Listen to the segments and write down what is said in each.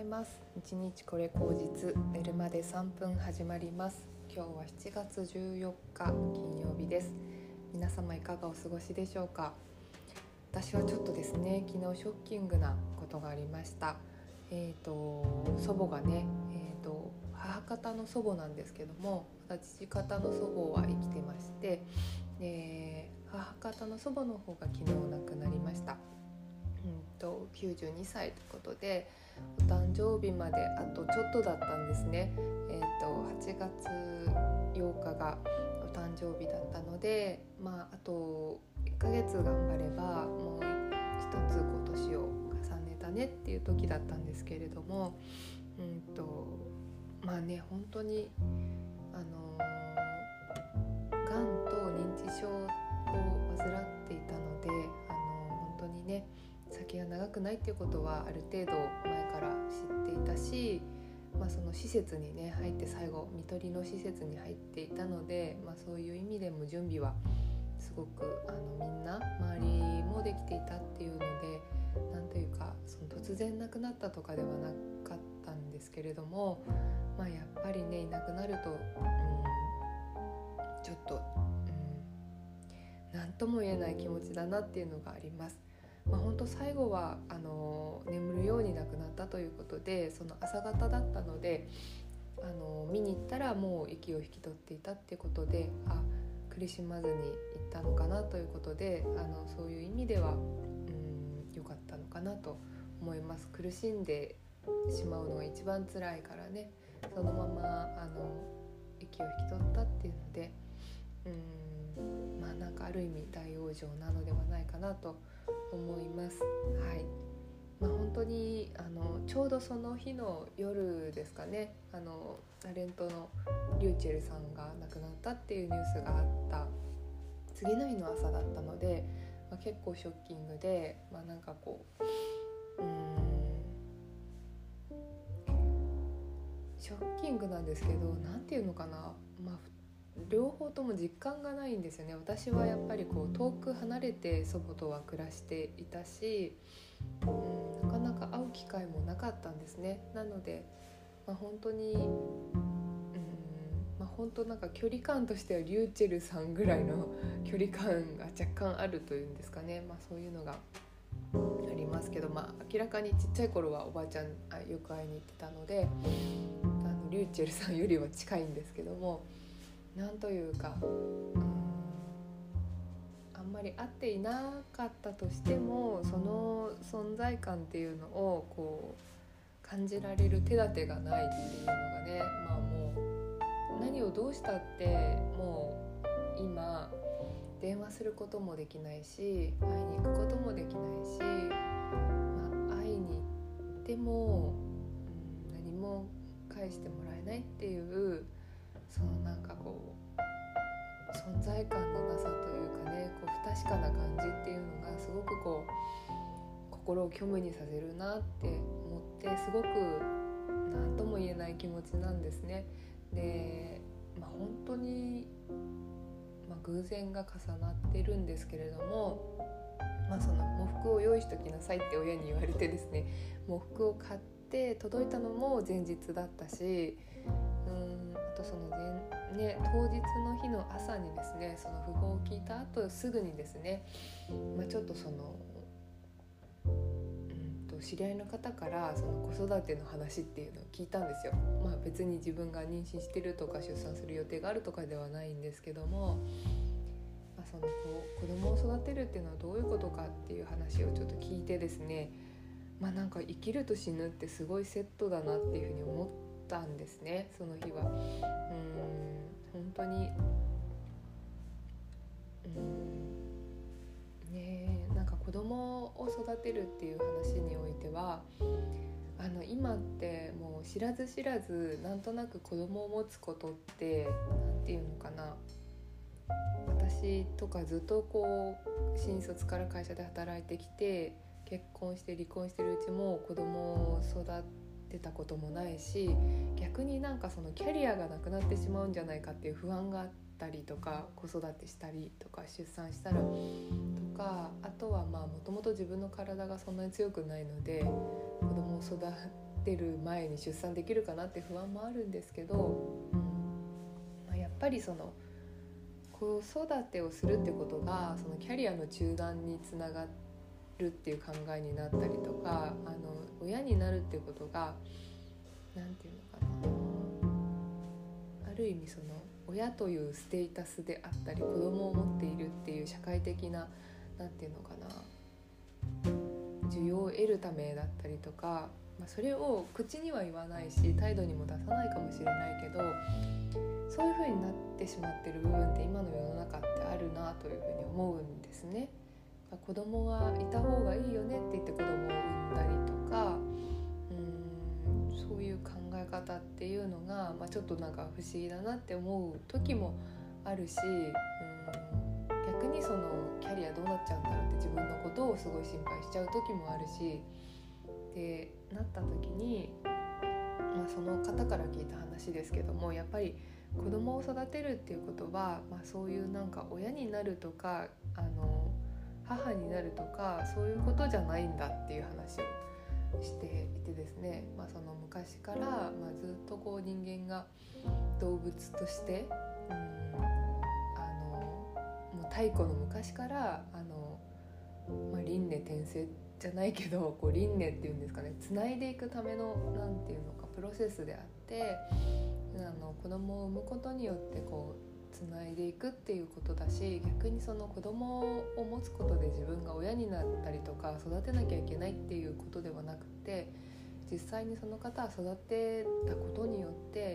います。1日これ口実、寝るまで3分始まります。今日は7月14日金曜日です。皆様いかがお過ごしでしょうか。私はちょっとですね、昨日ショッキングなことがありました。祖母がね、母方の祖母なんですけども、父方の祖母は生きてまして、母方の祖母の方が昨日亡くなりました。92歳ということで、お誕生日まであとちょっとだったんですね。8月8日がお誕生日だったので、あと1ヶ月頑張ればもう一つ今年を重ねたねっていう時だったんですけれども、本当にがんと認知症を患っていたので、本当にね、先が長くないっていうことはある程度前から知っていたし、その施設にね入って最後看取りの施設に入っていたので、そういう意味でも準備はすごくみんな周りもできていたっていうので、なんというかその突然亡くなったとかではなかったんですけれども、やっぱりねいなくなると、ちょっと、なんとも言えない気持ちだなっていうのがあります。本当最後は眠るように亡くなったということで、その朝方だったので見に行ったらもう息を引き取っていたっていうことで、苦しまずに行ったのかなということで、そういう意味では良かったのかなと思います。苦しんでしまうのが一番辛いからね、そのまま息を引き取ったっていうので、なんかある意味大往生なのではないかなと思います。はい。本当にちょうどその日の夜ですかね、タレントのリューチェルさんが亡くなったっていうニュースがあった次の日の朝だったので、結構ショッキングで、なんかこうショッキングなんですけど、なんていうのかな、両方とも実感がないんですよね。私はやっぱりこう遠く離れて祖母とは暮らしていたし、なかなか会う機会もなかったんですね。なので、本当に本当なんか距離感としてはリューチェルさんぐらいの距離感が若干あるというんですかね。そういうのがありますけど、明らかにちっちゃい頃はおばあちゃんよく会いに行ってたので、リューチェルさんよりは近いんですけども、なんというか、あんまり会っていなかったとしても、その存在感っていうのをこう感じられる手立てがないっていうのがね、もう何をどうしたってもう今電話することもできないし、会いに行くこともできないし、会いに行っても、何も返してもらえないっていう、そのなんかこう存在感のなさというかね、こう不確かな感じっていうのがすごくこう心を虚無にさせるなって思って、すごく何とも言えない気持ちなんですね。で、本当に、偶然が重なってるんですけれども、その喪服を用意しときなさいって親に言われてですね、喪服を買って届いたのも前日だったし、あとその当日の日の朝にですね、その訃報を聞いた後すぐにですね、ちょっとその知り合いの方からその子育ての話っていうのを聞いたんですよ。別に自分が妊娠してるとか出産する予定があるとかではないんですけども、その子供を育てるっていうのはどういうことかっていう話をちょっと聞いてですね、なんか生きると死ぬってすごいセットだなっていうふうに思ったんですね、その日は。本当になんか子供を育てるっていう話においては、今ってもう知らず知らずなんとなく子供を持つことってなんていうのかな、私とかずっとこう新卒から会社で働いてきて、結婚して離婚してるうちも子供を育てたこともないし、逆になんかそのキャリアがなくなってしまうんじゃないかっていう不安があったりとか、子育てしたりとか出産したらとか、あとはもともと自分の体がそんなに強くないので子供を育ってる前に出産できるかなって不安もあるんですけど、やっぱりその子育てをするってことがそのキャリアの中断につながるっていう考えになったりとか、親になるっていうことがなんていうのかな、ある意味その親というステータスであったり子供を持っているっていう社会的ななんていうのかな、需要を得るためだったりとか、それを口には言わないし態度にも出さないかもしれないけど、そういう風になってしまってる部分って今の世の中ってあるなというふうに思うんですね。子供がいた方がいいよねって言って子供を産んだりとか、そういう考え方っていうのが、ちょっとなんか不思議だなって思う時もあるし、逆にそのキャリアどうなっちゃうんだろうって自分のことをすごい心配しちゃう時もあるし、でなった時に、その方から聞いた話ですけども、やっぱり子供を育てるっていうことは、そういうなんか親になるとか母になるとかそういうことじゃないんだっていう話をしていてですね、その昔から、ずっとこう人間が動物として、もう太古の昔から輪廻転生じゃないけどこう輪廻っていうんですかね、つないでいくためのなんていうのかプロセスであって、子供を産むことによってこうつないでいくっていうことだし、逆にその子供を持つことで自分が親になったりとか育てなきゃいけないっていうことではなくて、実際にその方は育てたことによって、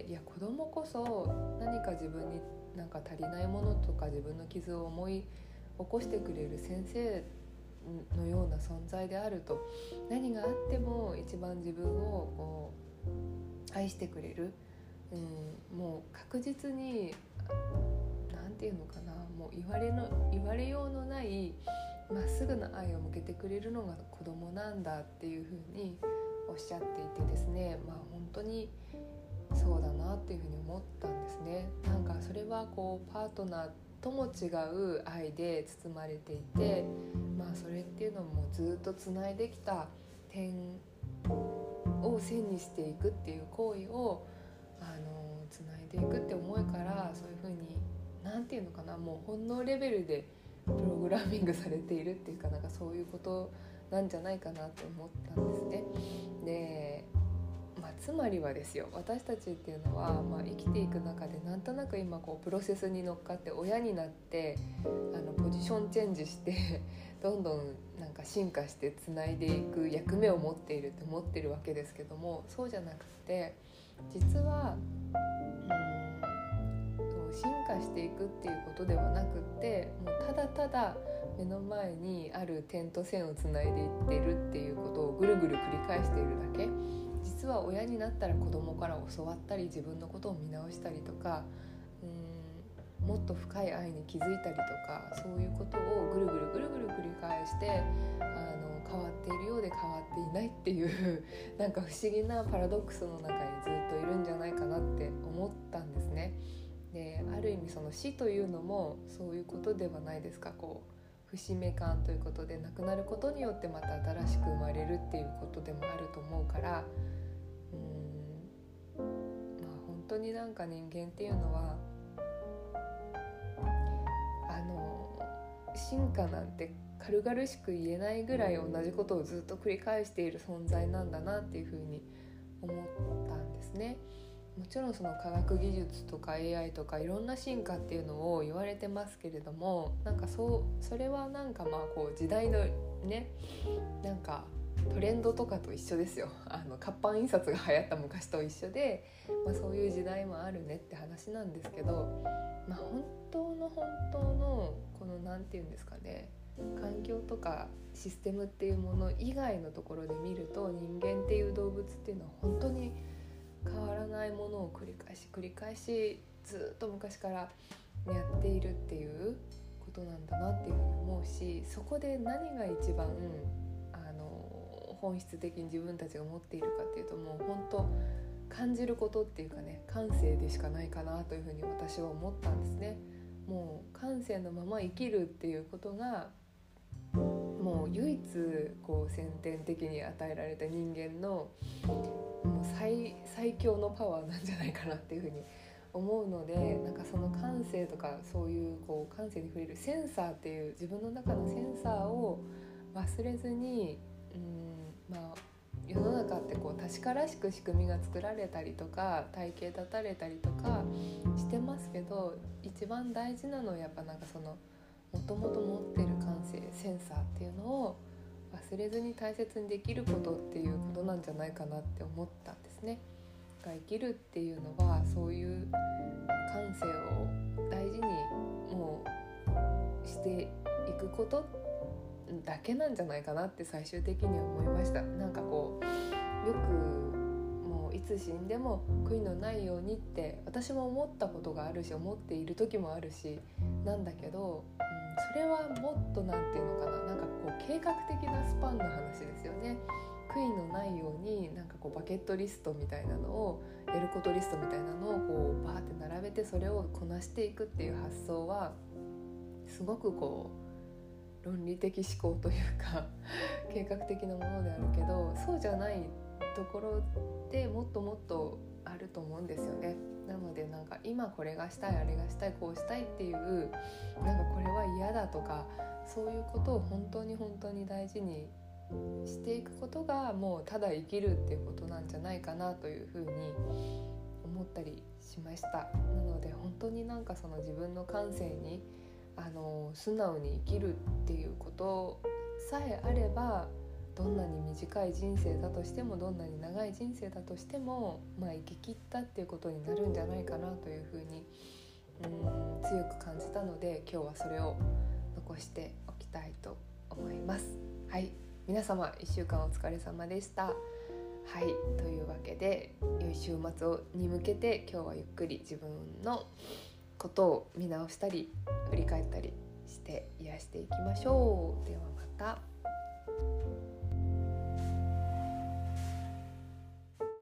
いや子供こそ何か自分になんか足りないものとか自分の傷を思い起こしてくれる先生のような存在であると、何があっても一番自分をこう愛してくれる、もう確実になんていうのかな、もう言われようのないまっすぐな愛を向けてくれるのが子供なんだっていうふうにおっしゃっていてですね、本当にそうだなっていうふうに思ったんですね。なんかそれはこうパートナーとも違う愛で包まれていて、それっていうのもずっとつないできた点を線にしていくっていう行為をつないでいくって思いから、そういうふうになんていうのかな、もう本能レベルでプログラミングされているっていうか、なんかそういうことなんじゃないかなと思ったんですね。でつまりはですよ、私たちっていうのは、生きていく中でなんとなく今こうプロセスに乗っかって親になってポジションチェンジしてどんどんなんか進化してつないでいく役目を持っているって思ってるわけですけども、そうじゃなくて実は進化していくっていうことではなくって、もうただただ目の前にある点と線をつないでいってるっていうことをぐるぐる繰り返しているだけ。実は親になったら子供から教わったり自分のことを見直したりとか、もっと深い愛に気づいたりとか、そういうことをぐるぐるぐるぐる繰り返して変わっているようで変わっていないっていうなんか不思議なパラドックスの中にずっといるんじゃないかなって思ったんですね。である意味その死というのもそういうことではないですか。こう節目感ということで亡くなることによってまた新しく生まれるっていうことでもあると思うから、本当になんか人間っていうのは進化なんて軽々しく言えないぐらい同じことをずっと繰り返している存在なんだなっていうふうに思ったんですね。もちろんその科学技術とか AI とかいろんな進化っていうのを言われてますけれども、なんかそれはなんかこう時代のね、なんかトレンドとかと一緒ですよ。活版印刷が流行った昔と一緒で、そういう時代もあるねって話なんですけど、本当のこのなんていうんですかね、環境とかシステムっていうもの以外のところで見ると、人間っていう動物っていうのは本当に変わらないものを繰り返しずっと昔からやっているっていうことなんだなっていうふうに思うし、そこで何が一番本質的に自分たちが持っているかっていうと、もう本当感じることっていうかね、感性でしかないかなというふうに私は思ったんですね。もう感性のまま生きるっていうことがももう唯一こう先天的に与えられた人間のもう最強のパワーなんじゃないかなっていうふうに思うので、なんかその感性とかそういうこう感性に触れるセンサーっていう自分の中のセンサーを忘れずに、世の中ってこう確からしく仕組みが作られたりとか体系立たれたりとかしてますけど、一番大事なのはやっぱなんかそのもともと持ってる感性センサーっていうのを忘れずに大切にできることっていうことなんじゃないかなって思ったんですね。生きるっていうのはそういう感性を大事にもうしていくことだけなんじゃないかなって最終的には思いました。なんかこうよくもういつ死んでも悔いのないようにって私も思ったことがあるし思っている時もあるしなんだけど、それはもっとなんていうのかな、なんかこう計画的なスパンの話ですよね。悔いのないようになんかこうバケットリストみたいなのをやることリストみたいなのをこうバーって並べてそれをこなしていくっていう発想はすごくこう論理的思考というか計画的なものであるけど、そうじゃないところでもっともっとあると思うんですよね。なのでなんか今これがしたいあれがしたいこうしたいっていうなんかこれは嫌だとかそういうことを本当に本当に大事にしていくことがもうただ生きるっていうことなんじゃないかなというふうに思ったりしました。なので本当になんかその自分の感性に素直に生きるっていうことさえあればどんなに短い人生だとしてもどんなに長い人生だとしても、生き切ったっていうことになるんじゃないかなというふうに強く感じたので今日はそれを残しておきたいと思います。はい、皆様1週間お疲れ様でした。はい、というわけで良い週末に向けて今日はゆっくり自分のことを見直したり振り返ったりして癒していきましょう。ではまた。